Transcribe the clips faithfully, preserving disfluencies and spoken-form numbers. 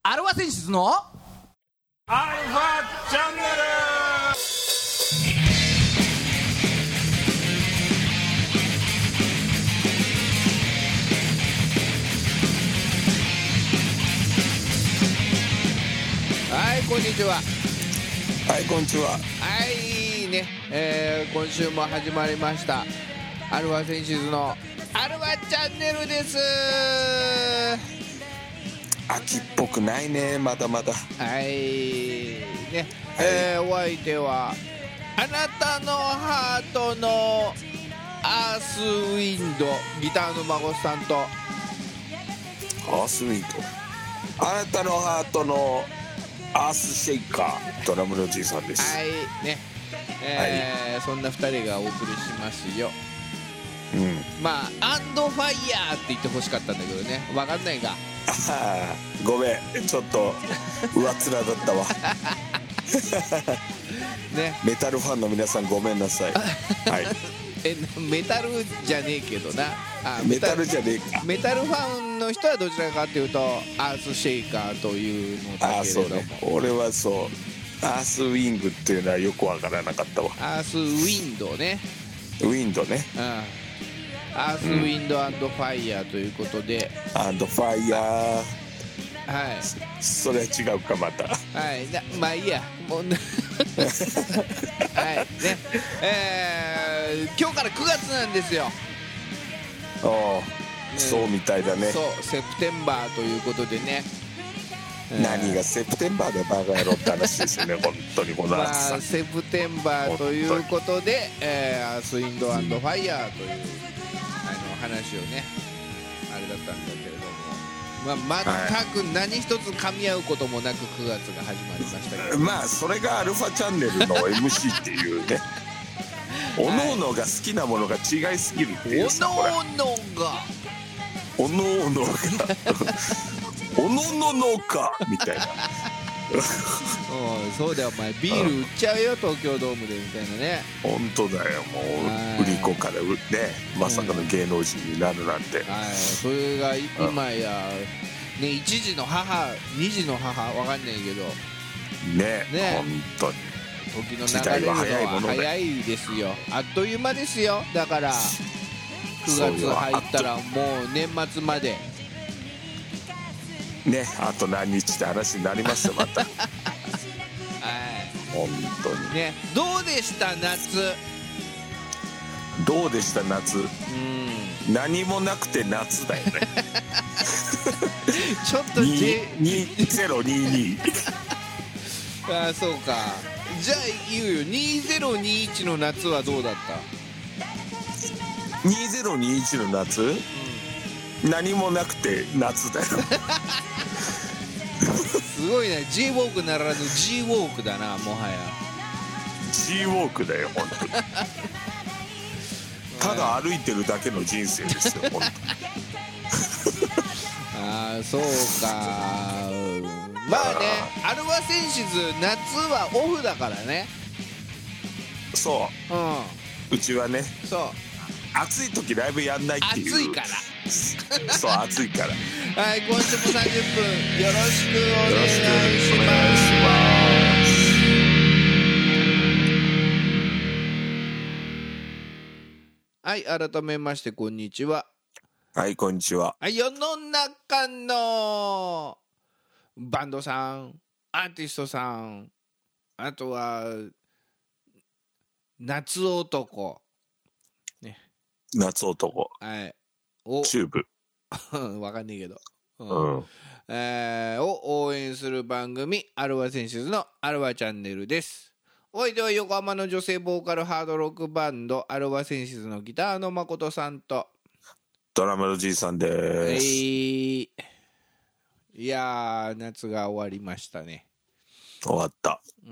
アルファ選出のアルファチャンネル。 はい、こんにちは。 はい、こんにちは。 はいね、えー、今週も始まりましたアルファセンシズのアルファチャンネルです。 秋っぽくないね、まだまだ。 はいね、はい、えー、お相手はあなたのハートのアースウィンドギターの孫さんと、 アースウィンドあなたのハートのアースシェイカードラムのじいさんです。 はいね、えーはい、そんなふたりがお送りしますよ。うん、まあアンドファイヤーって言ってほしかったんだけどね、分かんないが。 あごめん、ちょっと上っ面だったわね、メタルファンの皆さんごめんなさいはい、 えメタルじゃねえけどな。 あメタルじゃねえか。 メタルファンの人はどちらかというとアースシェイカーというのだけれども、あそうね、 俺はそうアースウィングっていうのはよくわからなかったわ。 アースウィンドね、 ウィンドね、うん、 アースウィンドアンドファイヤーということで、 アンドファイヤー、はい、 それは違うかまた。 はいな、まあいいやもうはいね、えー、今日からくがつなんですよ。 おう、そうみたいだね。 そうセプテンバーということでね、 何がセプテンバーでバカ野郎って話ですよね本当にこの暑さ、 まあ、セプテンバーということで、えー、アースウィンドアンドファイヤーというあの話をね、あれだったんだけれども、まあ、全く何一つ噛み合うこともなくくがつが始まりましたけど、 まあそれがアルファチャンネルの エムシー っていうねおのおのが好きなものが違いすぎるっていうさ、 おのおのがおのおのがおのののかみたいなそうだよ、お前ビール売っちゃうよ東京ドームでみたいなね。 本当だよ、もう売り子からね、まさかの芸能人になるなんて、うん、 はい、それが今やね、いちじの母にじの母わかんないけどね、ね、本当に時の流れるのは早いですよ。あっという間ですよ。だからくがつ入ったらもう年末までね、あと何日って話になりますよまたはい、本当にね。どうでした夏。 どうでした夏、うん、何もなくて夏だよねちょっと J... にせんにじゅうにああそうか。じゃあ言うよ、にせんにじゅういちの夏はどうだった。 にせんにじゅういちの夏、うん、何もなくて夏だよすごいね、 J ウォークならぬ G ウォークだな、もはや G ウォークだよ本当にただ歩いてるだけの人生ですよ本当にああそうか。まあね、アルファセンシズ夏はオフだからね。 そう、うん、うちはね、 そう暑い時ライブやんないっていう。 暑いからそう暑いからはい、今週もさんじゅっぷんよろしくお願いします。はい、改めましてこんにちは。 はい、こんにちは。 はい、世の中のバンドさん、アーティストさん、あとは夏男、ね、 夏男、 はい、 おチューブわかんねえけど、うんうん、えー、を応援する番組アルファセンシズのアルファチャンネルです。お相手は横浜の女性ボーカルハードロックバンドアルファセンシズのギターの誠さんとドラムのじいさんです。えー、 いやー夏が終わりましたね。 終わった。 うん。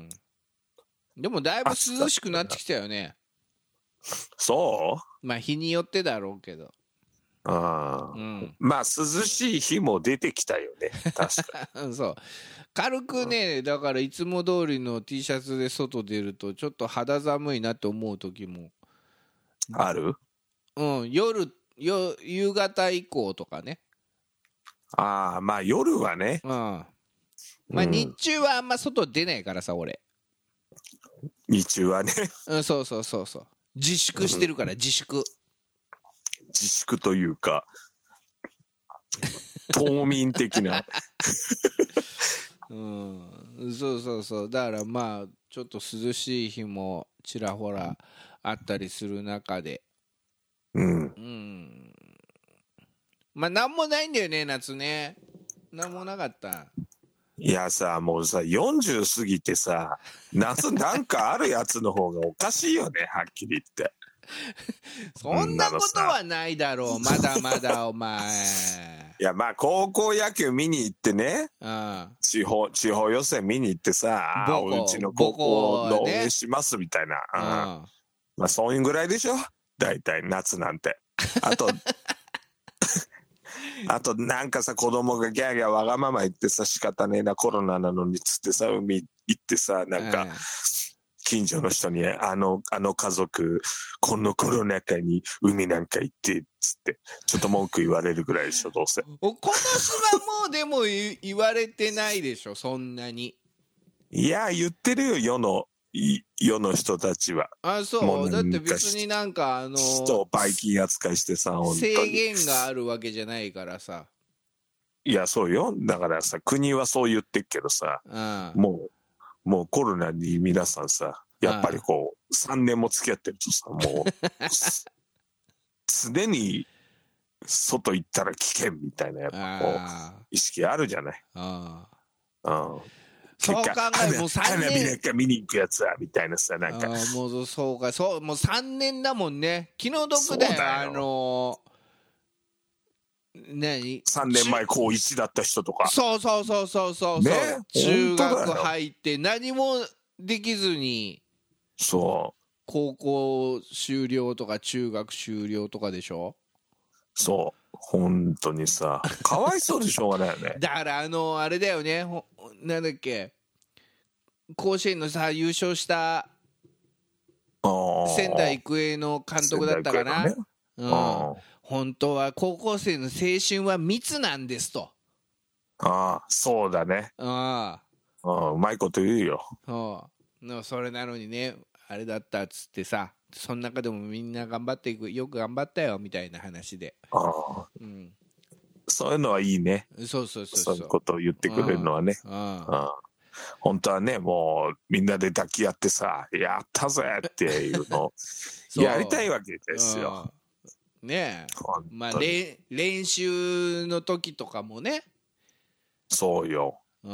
でもだいぶ涼しくなってきたよね。 そう？ まあ日によってだろうけど。 あ、うん、まあ涼しい日も出てきたよね確かにそう軽くね、うん、だからいつも通りの T シャツで外出るとちょっと肌寒いなって思う時もある。 うん、夜よ夕方以降とかね。 ああ、まあ夜はね。 うん。まあ日中はあんま外出ないからさ、俺。 日中はね。 うん、そうそうそうそう。自粛してるから、自粛。 自粛というか、冬眠的な。 うん、そうそうそう。だからまあちょっと涼しい日もちらほらあったりする中で、 うん。 うん。まあなんもないんだよね、夏ね。なんもなかった。 いやさ、もうさ、よんじゅう過ぎてさ、夏なんかあるやつの方がおかしいよね、はっきり言って。 そんなことはないだろう、まだまだお前。 いや、まあ高校野球見に行ってね、 うん、 地方地方予選見に行ってさ、あうちの高校の応援しますみたいな、うん、まあそういうぐらいでしょ、大体夏なんて。あとあとなんかさ、子供がギャーギャーわがまま言ってさ、仕方ねえなコロナなのにつってさ、海行ってさ、なんか、うん、近所の人にあのあの家族このコロナ禍に海なんか行ってっつってちょっと文句言われるぐらいでしょ、どうせ。 今年はもうでも言われてないでしょ、そんなに。 いや言ってるよ、世の世の人たちは。 あ、そうだって別になんかあの人をバイキン扱いしてさ、本当に制限があるわけじゃないからさ。 いやそうよ、だからさ、国はそう言ってっけどさ、うん、もうもうコロナに皆さんさ、やっぱりこうさんねんも付き合ってるとさ、もう常に外行ったら危険みたいな、やっぱこう意識あるじゃない。ああ、うん、 そう考えるもうさんねん花火なんか見に行くやつはみたいなさ、なんかあもうそうか、そうもうさんねんだもんね、気の毒だよ。だよあの何さんねんまえ高いちだった人とか、 そうそうそうそうそう、ね、中学入って何もできずに、 そう高校修了とか中学修了とかでしょ。 そう本当にさ、かわいそうでしょうがないよね。 だからあのあれだよね、なんだっけ、甲子園のさ優勝した仙台育英の監督だったかな、ね、うん、本当は高校生の青春は密なんですと。 ああそうだね、ああうまいこと言うよ。 そうそれなのにね、あれだったっつってさ、その中でもみんな頑張っていく、よく頑張ったよみたいな話で、ああ、うん、 そういうのはいいね。 そうそうそうそう、 そういうことを言ってくれるのはね、ああああ本当はね、もうみんなで抱き合ってさ、やったぜっていうのをやりたいわけですよ。 ねえ、まあ練習の時とかもね。 そうよ、うん、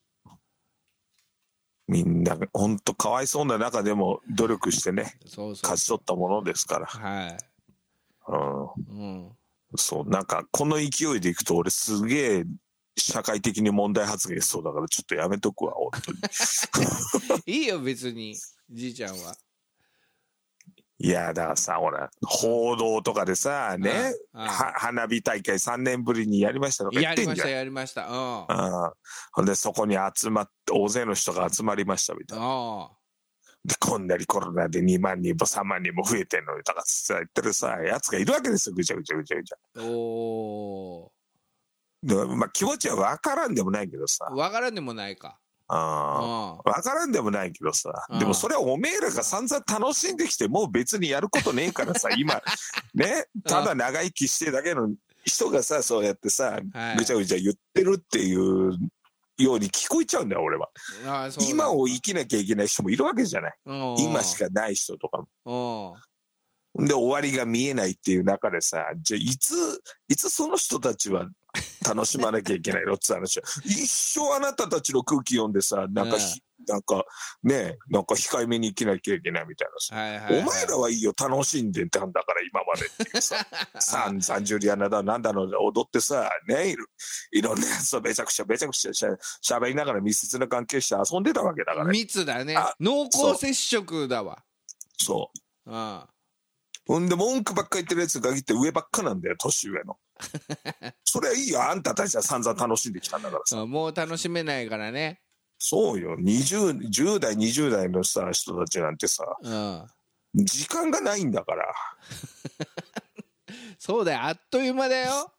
みんな本当かわいそうな中でも努力してね、そうそうそう勝ち取ったものですから。はい、うん、うん、そうなんかこの勢いでいくと俺すげえ社会的に問題発言しそうだからちょっとやめとくわ本当に。 いいよ別に、じいちゃんは。 いやだからさ、ほら報道とかでさね、は花火大会さんねんぶりにやりましたとか言ってんじゃん。 やりましたやりました、うん、 ほんでそこに集まって大勢の人が集まりましたみたいな。でこんなにコロナでにまんにんもさんまんにんも増えてんのにとかさ言ってるさやつがいるわけですよ、ぐちゃぐちゃぐちゃぐちゃ。おー、まあ気持ちは分からんでもないけどさ。 分からんでもないか。 あ分からんでもないけどさ、でもそれはおめえらが散々楽しんできてもう別にやることねえからさ今ね、ただ長生きしてだけの人がさそうやってさぐちゃぐちゃ言ってるっていうように聞こえちゃうんだよ俺は。あそう今を生きなきゃいけない人もいるわけじゃない、今しかない人とかも。で終わりが見えないっていう中でさ、じゃあいついつその人たちは楽しまなきゃいけないのって話は一生あなたたちの空気読んでさ、なんか、うん、なんかね、なんか控えめに生きなきゃいけないみたいなさ、はいはいはい、お前らはいいよ楽しんでたんだから今までっていうさサンサンジュリアナだなんだので踊ってさね、いろいろんなやつとめちゃくちゃめちゃくちゃしゃ喋りながら密接な関係して遊んでたわけだから、ね、 密だね、濃厚接触だわ。 そう、ああほんで文句ばっかり言ってるやつが限って上ばっかなんだよ、年上の。それはいいよ、あんたたちは散々楽しんできたんだからさ。 もう楽しめないからね。 そうよ、にじゅう、じゅう代にじゅう代のさ人たちなんてさ、うん、時間がないんだから。 そうだよ、あっという間だよ。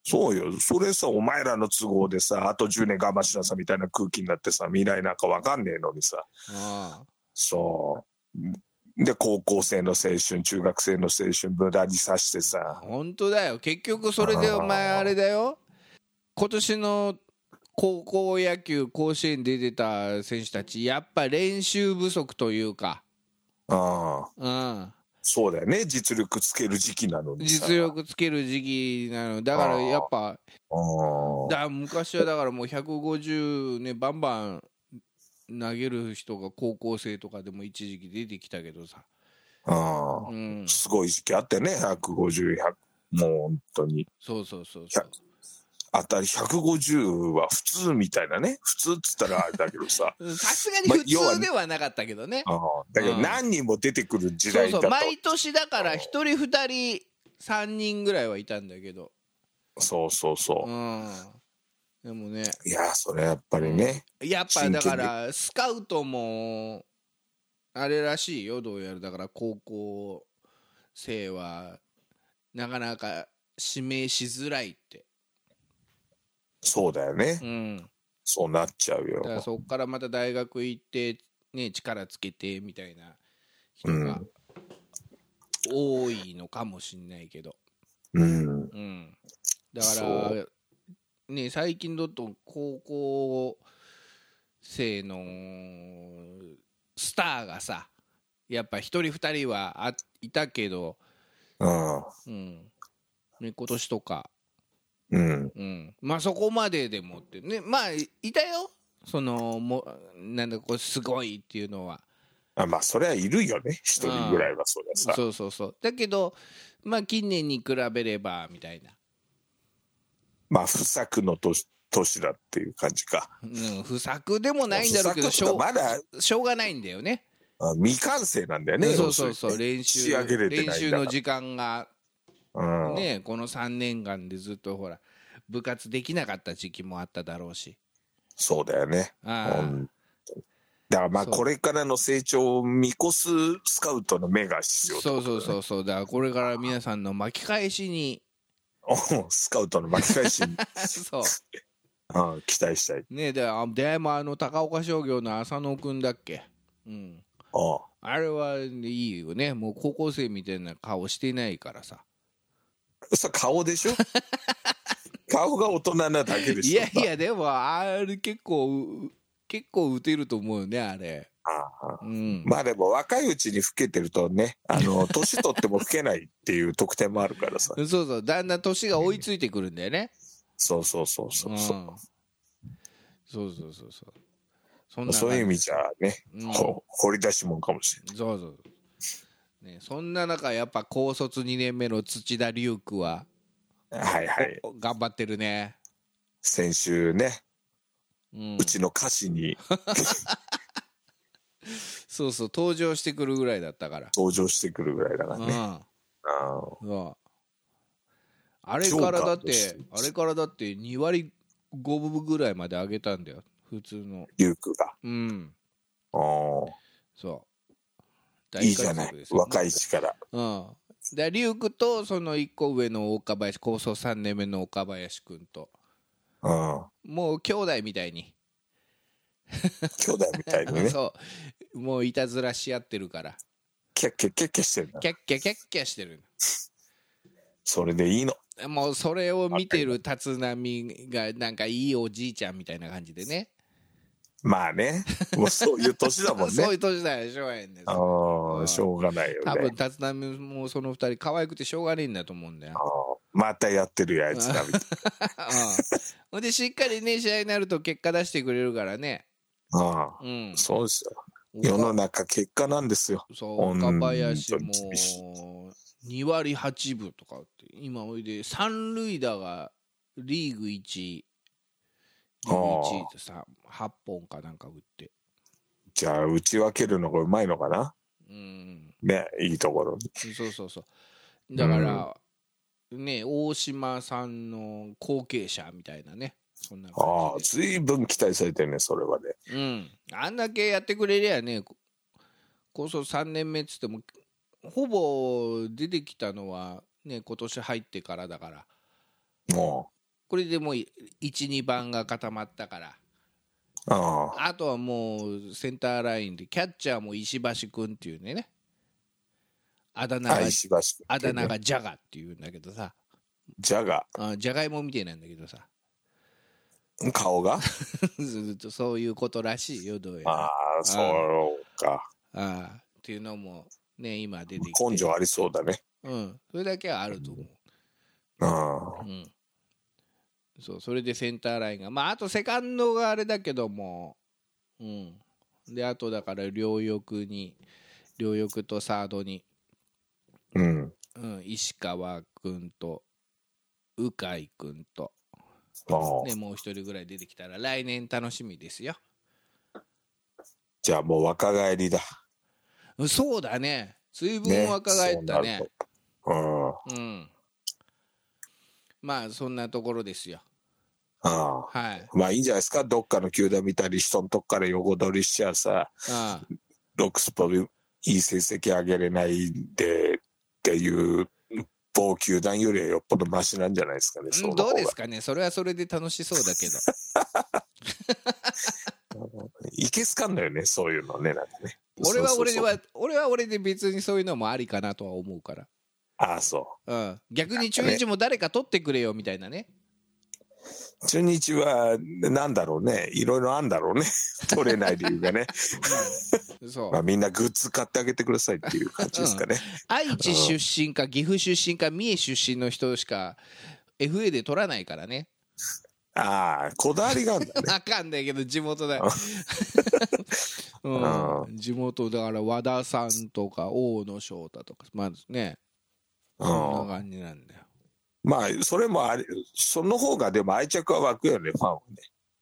そうよ。それさ、お前らの都合でさ、あとじゅうねん我慢しなさみたいな空気になってさ、未来なんかわかんねえのにさ。 ああそうで、高校生の青春、中学生の青春無駄にさしてさ。 本当だよ。結局それでお前あれだよ、今年の高校野球甲子園出てた選手たちやっぱ練習不足というか、 ああ、 うん、 そうだよね。実力つける時期なのにさ。 実力つける時期なのだからやっぱ、 ああ、 だ昔はだからもうひゃくごじゅうねバンバン投げる人が高校生とかでも一時期出てきたけどさ、 ああ、 うん、 すごい時期あってね。ひゃくごじゅう、ひゃくもう本当に。 そうそうそうそう、 当たりひゃくごじゅうは普通みたいなね。普通っつったらあれだけどさ。 さすがに普通ではなかったけどね、 ああ、だけど何人も出てくる時代だと、 そうそう毎年だからひとりふたりさんにんぐらいはいたんだけど、 そうそうそう、 うん、でもね、 いやそれやっぱりね、 やっぱだからスカウトもあれらしいよ、どうやらだから高校生はなかなか指名しづらいって、 そうだよね、 うん、 そうなっちゃうよ。 だからそこからまた大学行ってね力つけてみたいな人が多いのかもしんないけど、 うん、 うん、だからね最近だと高校生のスターがさやっぱ一人二人はあいたけど、 うんうんね、今年とか、 うんうん、まあそこまででもってね、まあいたよ、そのもなんだこうすごいっていうのは、 あ、まあそれはいるよね、一人ぐらいは。そりゃさ、 そうそうそう、だけどまあ近年に比べればみたいな、 まあ不作の年年だっていう感じか、 うん、不作でもないんだろうけどしょう、 まだしょうがないんだよね、 未完成なんだよね。 そうそうそう、練習仕上げれてないんだから、 練習の時間がうんね、このさんねんかんでずっとほら部活できなかった時期もあっただろうし、 そうだよね。 あうんだからまあそうこれからの成長を見越すスカウトの目が必要ってそうことだね。 そうそうそう、だからこれから皆さんの巻き返しにおスカウトの巻き返しにそううん期待したい。 ね、であでもあの高岡商業の浅野くんだっけ、うん、 ああれはいいよね、もう高校生みたいな顔してないからさ、 それ顔でしょ顔が大人なだけでしょ。 いやいやでもあれ結構結構打てると思うよねあれ。 ああ、 うん、 まあでも若いうちに老けてるとね、あの年取っても老けないっていう特典もあるからさ。 そうそう、だんだん年が追いついてくるんだよね。 そうそうそうそうそう、 うん、そうそうそうそう、そんなそういう意味じゃね、 うん、 ほ掘り出しもんかもしれない。 そうそうね、そんな中やっぱ高卒にねんめの土田龍空ははいはい、 頑張ってるね。 先週ね、 うん、 うちの歌詞にそうそう登場してくるぐらいだったから、 登場してくるぐらいだからね、 うん、 あそうあれからだってあれからだってにわりごぶぐらいまで上げたんだよ普通のリュウクが。 うんあそういいじゃない、若い力。 うんで龍空とそのいっこ上の岡林、高卒さんねんめの岡林君と、 うん、 もう兄弟みたいに兄弟みたいにねそうもういたずらし合ってるからキャッキャッキャッキャしてるんだ。 キャッキャキャッキャしてる。 それでいいの。 もうそれを見てる立浪がなんかいいおじいちゃんみたいな感じでね。 まあね、もうそういう年だもんね。 そういう年だよ、しょうがないんですよ。 ああ、しょうがないよね。 多分立浪もその二人可愛くてしょうがねえんだと思うんだよ。 あまたやってるやつだみたいほんでしっかりね試合になると結果出してくれるからね。 な。ああ、 うん、 そうですよ。世の中結果なんですよ。 そう岡林もにわりはちぶとかって今おいで三塁打がリーグいちいリーグいちいでさはっぽんかなんか打って、 じゃあ打ち分けるのがうまいのかな、 うん、 ね、いいところに。 そうそうそうだから、うん、ね大島さんの後継者みたいなね、そんな感じで。 ああ、随分期待されてるね、それはね。 うん、あんだけやってくれりゃね、高卒さんねんめっつってもほぼ出てきたのはね今年入ってからだから、 もこれでもういち、にばんが固まったから、 ああとはもうセンターラインでキャッチャーも石橋君っていうね、あだ名が、 石橋君ってね、 あだ名がジャガっていうんだけどさ、 ジャガあじゃがいもみたいなんだけどさ、 顔がそういうことらしいよ、どうやら。 ああ、そうか。 ああっていうのもね、今出てきて、 根性ありそうだね。 うん、それだけはあると思う。 あうん、そう、それでセンターラインが、まああとセカンドがあれだけども、うん、であとだから両翼に両翼とサードに、 うんうん、石川君と鵜飼君と、ね、もう一人ぐらい出てきたら来年楽しみですよ。 じゃあもう若返りだ。 そうだね、随分若返ったね。 ねうん、 うん、まあそんなところですよ。 ああ、 はい。 まあいいんじゃないですか。どっかの球団見たり人のとこから横取りしちゃさ、 ああロックスポルいい成績上げれないでっていう某球団よりはよっぽどマシなんじゃないですかね。 うん、どうですかね、それはそれで楽しそうだけどいけすかんのよね、そういうのね、なんかね。 俺は俺ではそうそうそう俺は俺で別にそういうのもありかなとは思うから、 ああ、そうん、逆に中日も誰か取ってくれよみたいなね。 う。中日はなんだろうね、いろいろあんだろうね、取れない理由がね。 うん、そう、 まあみんなグッズ買ってあげてくださいっていう感じですかね。 うん、愛知出身か岐阜出身か三重出身の人しか エフエー で取らないからね。 ああ、こだわりがあるんだね。 あかんないけど地元だよ、うん、地元だから和田さんとか大野翔太とかまずね、そんな感じなんだよ。 まあそれもあり、その方がでも愛着は湧くよね、ファンはね。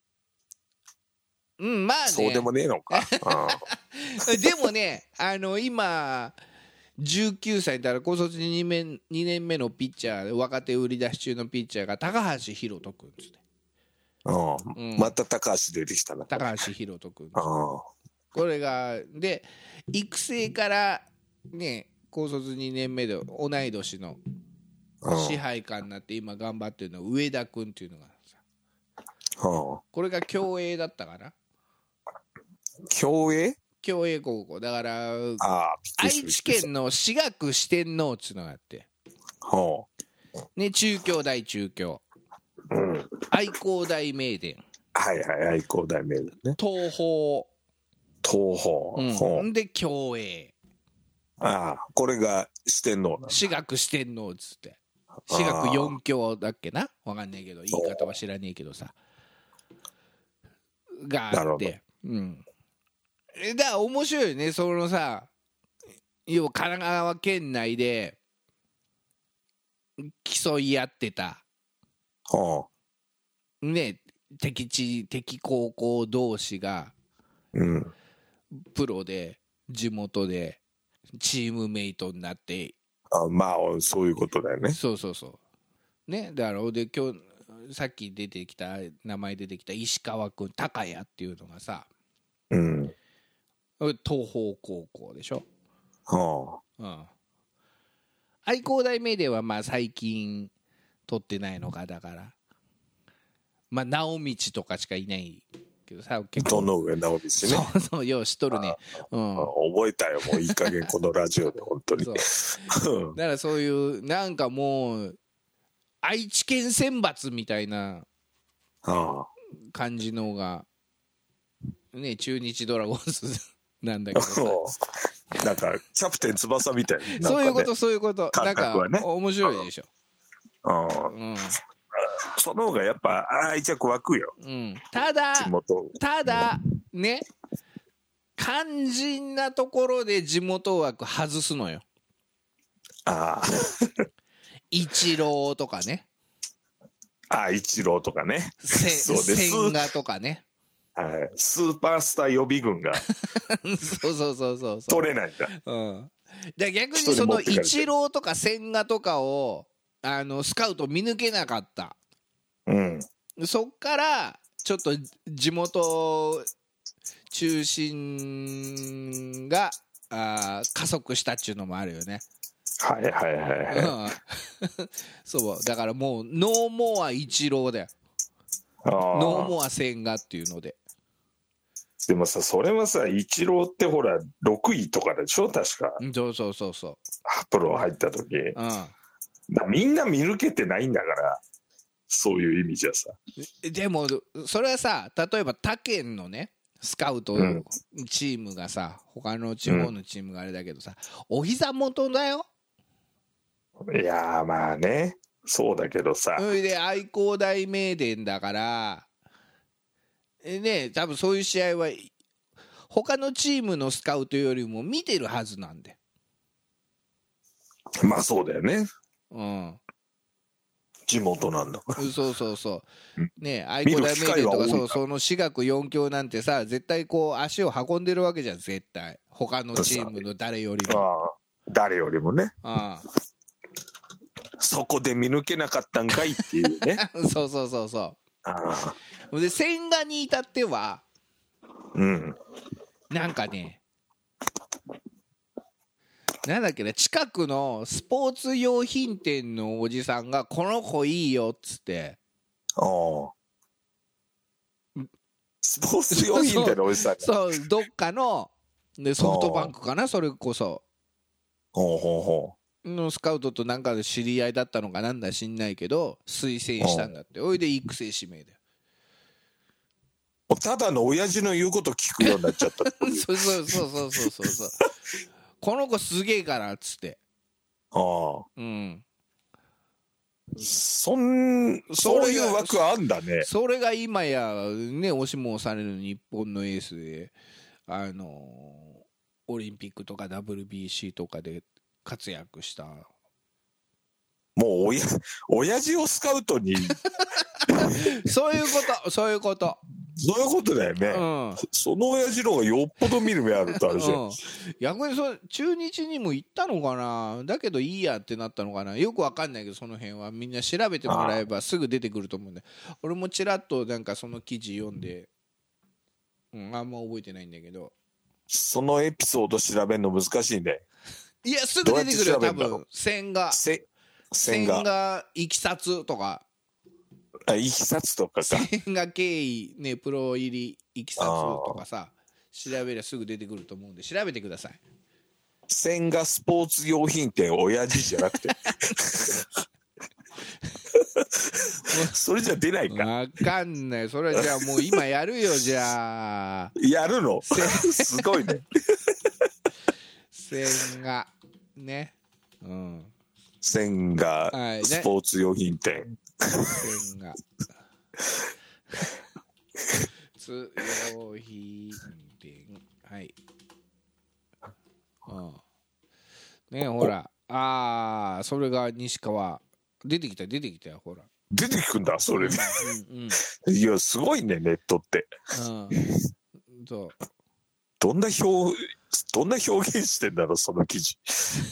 うんまあね、 そうでもねえのか。うん、 でもね、あの今じゅうきゅうさいだから高卒にねんめのピッチャー、若手売り出し中のピッチャーが高橋宏斗君ですね。 うん、また高橋出てきたな。 高橋宏斗君、 これがで育成からね高卒にねんめで同い年の支配下になって今頑張ってるの上田君っていうのがさ、これが共栄だったかな。 共栄共栄高校だから、 あ愛知県の私学四天王っていうのがあって、ね、中京大中京、うん、愛工大名電、 はいはい、愛工大名電ね、 東邦東邦、 うん、で共栄、 ああ、これが四天王なんだ。 私学四天王っつって私学四強だっけな、わかんないけど言い方は知らねえけどさがあって、うん、だから面白いよね、そのさ、要は神奈川県内で競い合ってた、 はあ、 ね、敵地敵高校同士が、 うん、 プロで地元でチームメイトになって、 あ、まあそういうことだよね。 そうそうそうね、だからで今日さっき出てきた名前出てきた石川君高谷っていうのがさ、 うん、 東邦高校でしょ、 はあ、うん、愛工大名電はまあ最近取ってないのか、だからまあ直道とかしかいないけどさ、結構どの上直道ね、 そうそうよう知っとるね、うん、 覚えたよ、もういい加減このラジオで本当にそうだからそういうなんかもう愛知県選抜みたいな感じのがね、中日ドラゴンズなんだけどさなんかキャプテン翼みたいな、ね、 そういうことそういうこと、 感覚はね、 なんか面白いでしょ、 うん、うん、その方がやっぱ愛着湧くよ、 うん、ただただね、肝心なところで地元枠外すのよ。 ああイチローとかね、 ああイチローとかね、 そうです、千賀とかね、 はい、スーパースター予備軍がそうそうそうそう取れないんだ、 うん、で逆にそのイチローとか千賀とかをあのスカウト見抜けなかった、 うん、 そっからちょっと地元中心があ加速したっていうのもあるよね。 はいはいはいはい、 うん、そうだからもうノーモアイチローだよ。ノーモア千賀っていうので。 でもさ、それはさ、イチローってほらろくいとかでしょ確か。 そうそうそうそう。 プロ入った時、うん、みんな見抜けてないんだから、そういう意味じゃさ。 でもそれはさ、例えば他県のねスカウトチームがさ、うん、他の地方のチームがあれだけどさ、うん、お膝元だよ。 いやーまあね、そうだけどさ。 それで愛工大名電だからね、多分そういう試合は他のチームのスカウトよりも見てるはずなんで。 まあそうだよね。 うん。 地元なんだから。 そうそうそう。ね、愛工大名電とかそう、その私学よん強なんてさ、絶対こう足を運んでるわけじゃん、絶対。他のチームの誰よりも。 ああ、誰よりもね。 ああ。 そこで見抜けなかったんかいっていうね。 そうそうそうそう。 ああ。で千賀に至っては、 うん。 なんかね、なんだっけな、近くのスポーツ用品店のおじさんがこの子いいよっつって。 ああ。スポーツ用品店のおじさんが。 そう、そうどっかのでソフトバンクかな、それこそ。 ほうほうほう。のスカウトとなんかで知り合いだったのかなんだ知んないけど推薦したんだって。おいで育成指名だよ。 ただの親父の言うこと聞くようになっちゃったそうそうそうそうそうそうそうこの子すげえからっつって。 ああ、 うん、 そんそういう枠あんだね。 それが今やね押しも押される日本のエースで、あのオリンピックとか ダブリュービーシー とかで活躍した。 もう親親父をスカウトにそういうことそういうことそういうことだよね、うん、その親父の方がよっぽど見る目あるってあるじゃん、うん、 逆にそ中日にも行ったのかな、だけどいいやってなったのかな、よくわかんないけど、その辺はみんな調べてもらえばすぐ出てくると思うんで、俺もちらっとなんかその記事読んで、うん、あんま覚えてないんだけど、 そのエピソード調べるの難しいね。 いやすぐ出てくるよ多分。千賀千賀いきさつとか、 あ、いきさつとかか、 千賀経緯ね、プロ入りいきさつとかさ、調べりゃすぐ出てくると思うんで調べてください。 千賀スポーツ用品店親父じゃなくてそれじゃ出ないか。 わかんない。それはじゃあもう今やるよじゃあ。 やるのすごいね。 千賀ね、うん。 千賀スポーツ用品店。 千賀ス用品店、はい。うん。ね、ほら、ああ、それが西川出てきた出てきたよ、ほら。 出てくんだそれ。うんうんうん、いやすごいねネットって。うん。そう。どんな表どんな表現してんだろうその記事。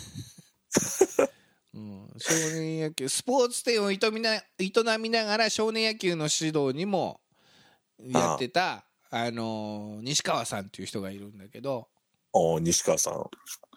うん、少年野球スポーツ店を営みな、営みながら少年野球の指導にもやってた あ, あのー、西川さんっていう人がいるんだけど。 ああ西川さん。 うん。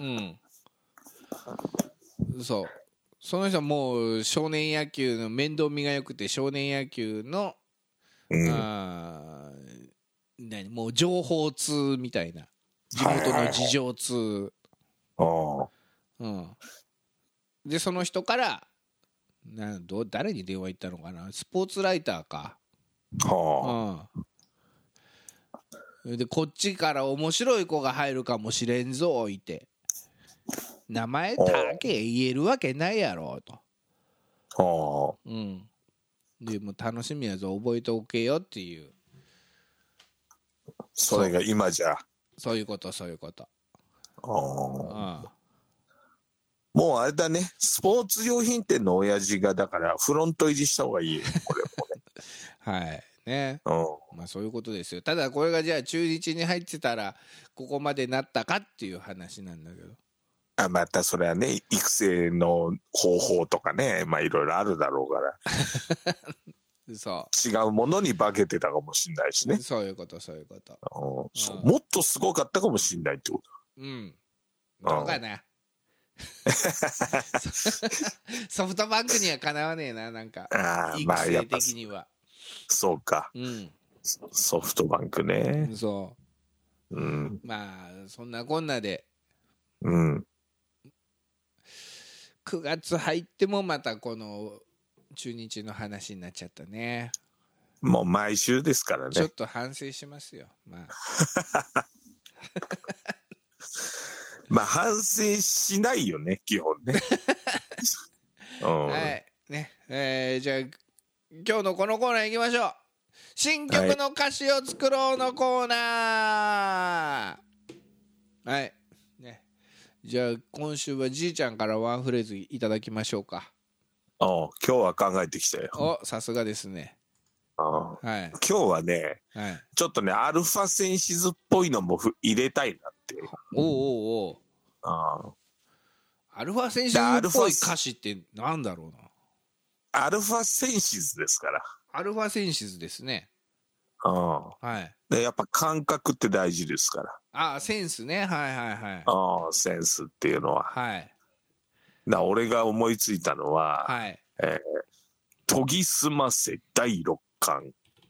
そうその人はもう少年野球の面倒見が良くて少年野球の、うん、あ何もう情報通みたいな地元の事情通、はいはいはい、ああ、うん。でその人からなど誰に電話行ったのかな、スポーツライターか、はあ、うん、でこっちから面白い子が入るかもしれんぞおいて、名前だけ言えるわけないやろと、はあ、うん、でも楽しみやぞ覚えておけよっていう、 それが今じゃそういうことそういうこと、 ああ、もうあれだね、スポーツ用品店の親父がだからフロント入りした方がいいよこれもね。 はいね、うん、まあそういうことですよ。ただこれがじゃあ中日に入ってたらここまでなったかっていう話なんだけど、 あ、またそれはね育成の方法とかね、まあいろいろあるだろうからそう違うものに化けてたかもしれないしね。 そういうことそういうこと、 うん、そうもっとすごかったかもしれないってこと。 うん、どうかな、 ソフトバンクにはかなわねえな、なんか育成的には、まあ、 そうか、うん、ソフトバンクね、 そう、うん、まあそんなこんなで、うん、くがつ入ってもまたこの中日の話になっちゃったね。 もう毎週ですからね。 ちょっと反省しますよ、まあまあ反省しないよね基本ね、 うん、はいね、えー、じゃあ今日のこのコーナー行きましょう。新曲の歌詞を作ろうのコーナー。はい、はいね、じゃあ今週はじいちゃんからワンフレーズいただきましょうか。 お今日は考えてきたよ。 おさすがですね。 あ、はい、今日はね、はい、ちょっとねアルファセンシズっぽいのも入れたいなって。 おうおうおう。あアルファセンシズっぽい歌詞ってなんだろうな。アルファセンシズですから。 アルファセンシズですね。 あ、はい、でやっぱ感覚って大事ですから。 あセンスね、はいはいはい。 あセンスっていうのは、はい、だ俺が思いついたのは、はい、えー、研ぎ澄ませだいろっかん。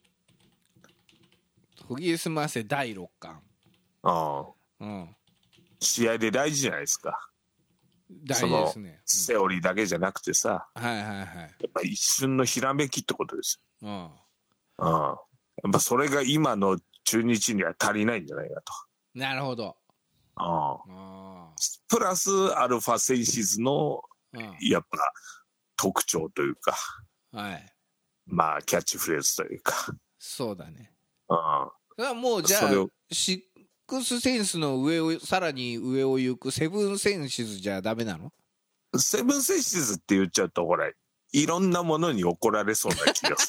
研ぎ澄ませだいろっかん。ああ、うん、 試合で大事じゃないですか。 大事ですね。 セオリーだけじゃなくてさ、 うん、はいはいはい。やっぱ一瞬のひらめきってことですよ。うん、うん、やっぱそれが今の中日には足りないんじゃないかと。 なるほど。 ああ、プラスアルファセンシズのやっぱ特徴というか、はい、まあキャッチフレーズというか。 そうだね。ああ、それはもうじゃあシックスセンスの上をさらに上を行くセブンセンシズじゃダメなの？ セブンセンシズって言っちゃうとほらいろんなものに怒られそうな気がする。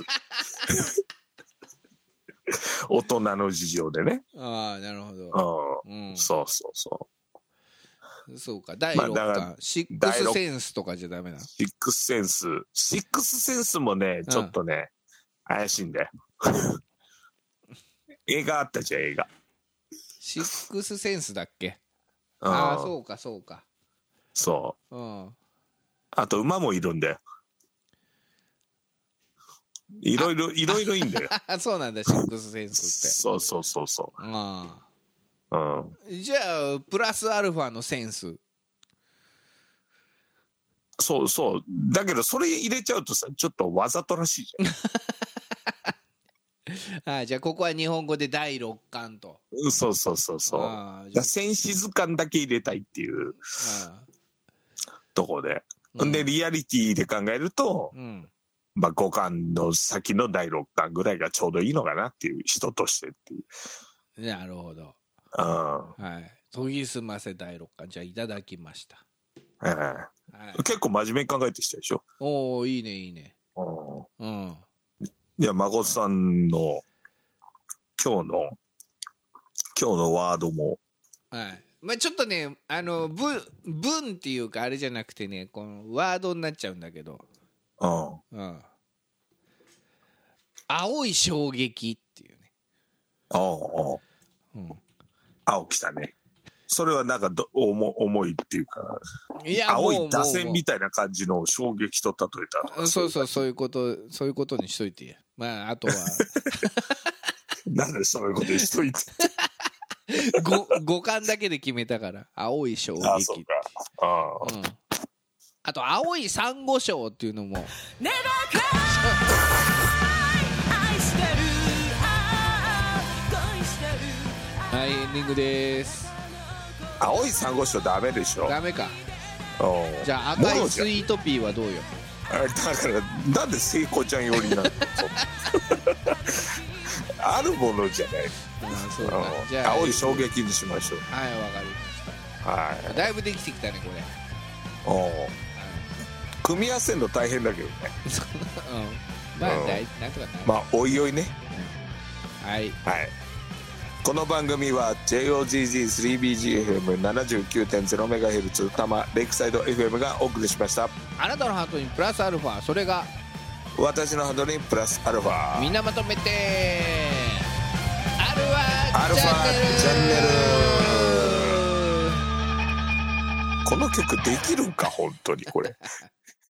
大人の事情でね。 ああなるほど。 うん、そうそうそう。 そうかだいろっかん、まあ、シックスセンスとかじゃダメなの？ シックスセンスシックスセンスもねちょっとね、うん、怪しいんだよ。映画あったじゃん映画。 シックスセンスだっけ？ああそうかそうか。 そう。うん。あと馬もいるんだよ。いろいろいろいろいいんだよ。 そうなんだシックスセンスって。 そうそうそうそう。ああ。 うん。じゃあプラスアルファのセンス。 そうそう。だけどそれ入れちゃうとさちょっとわざとらしいじゃん。 あじゃあここは日本語でだいろっかんと。 そうそうそうそう。だセンシズ感だけ入れたいっていうとこで、うん、でリアリティで考えると、うん、まあごかんの先のだいろっかんぐらいがちょうどいいのかなっていう人としてっていう。 なるほど。うん、はい。研ぎ澄ませだいろっかんじゃあいただきました。 えーはい、結構真面目に考えてきたでしょ。 おおいいねいいね。うん。 いや誠さんの今日の今日のワードも、 はい、まあちょっとねあの文文っていうかあれじゃなくてねこのワードになっちゃうんだけど、うん、うん、青い衝撃っていうね。 ああ、うん、青きたね。それはなんかど重重いっていうか、いや青い打線みたいな感じの衝撃と例えた。 そうそうそういうことそういうことにしといてや。まああとはなんでそういうことにしといて。 ご五感だけで決めたから青い衝撃。あそうか。あ、うん、あと青いサンゴ礁っていうのも。はいエンディングです。 青いサンゴ礁ダメでしょ。 ダメか。じゃあ赤いスイートピーはどうよ。 あだからなんで聖子ちゃん寄りなの。あるものじゃない。あそうか。じゃあ青い衝撃にしましょう。 はいわかりました。はい。だいぶできてきたねこれ。おお、はい。 組み合わせるの大変だけどね。 うん。まあ大なんとかなる。 まあおいおいね。 はいはい。この番組は ジェイオージージースリービージーエフエムななじゅうきゅうてんゼロメガヘルツ 多摩レイクサイド エフエム がお送りしました。 あなたのハートにプラスアルファ、それが私のハートにプラスアルファ、 みんなまとめてアルファチャンネル。 この曲できるんか本当にこれ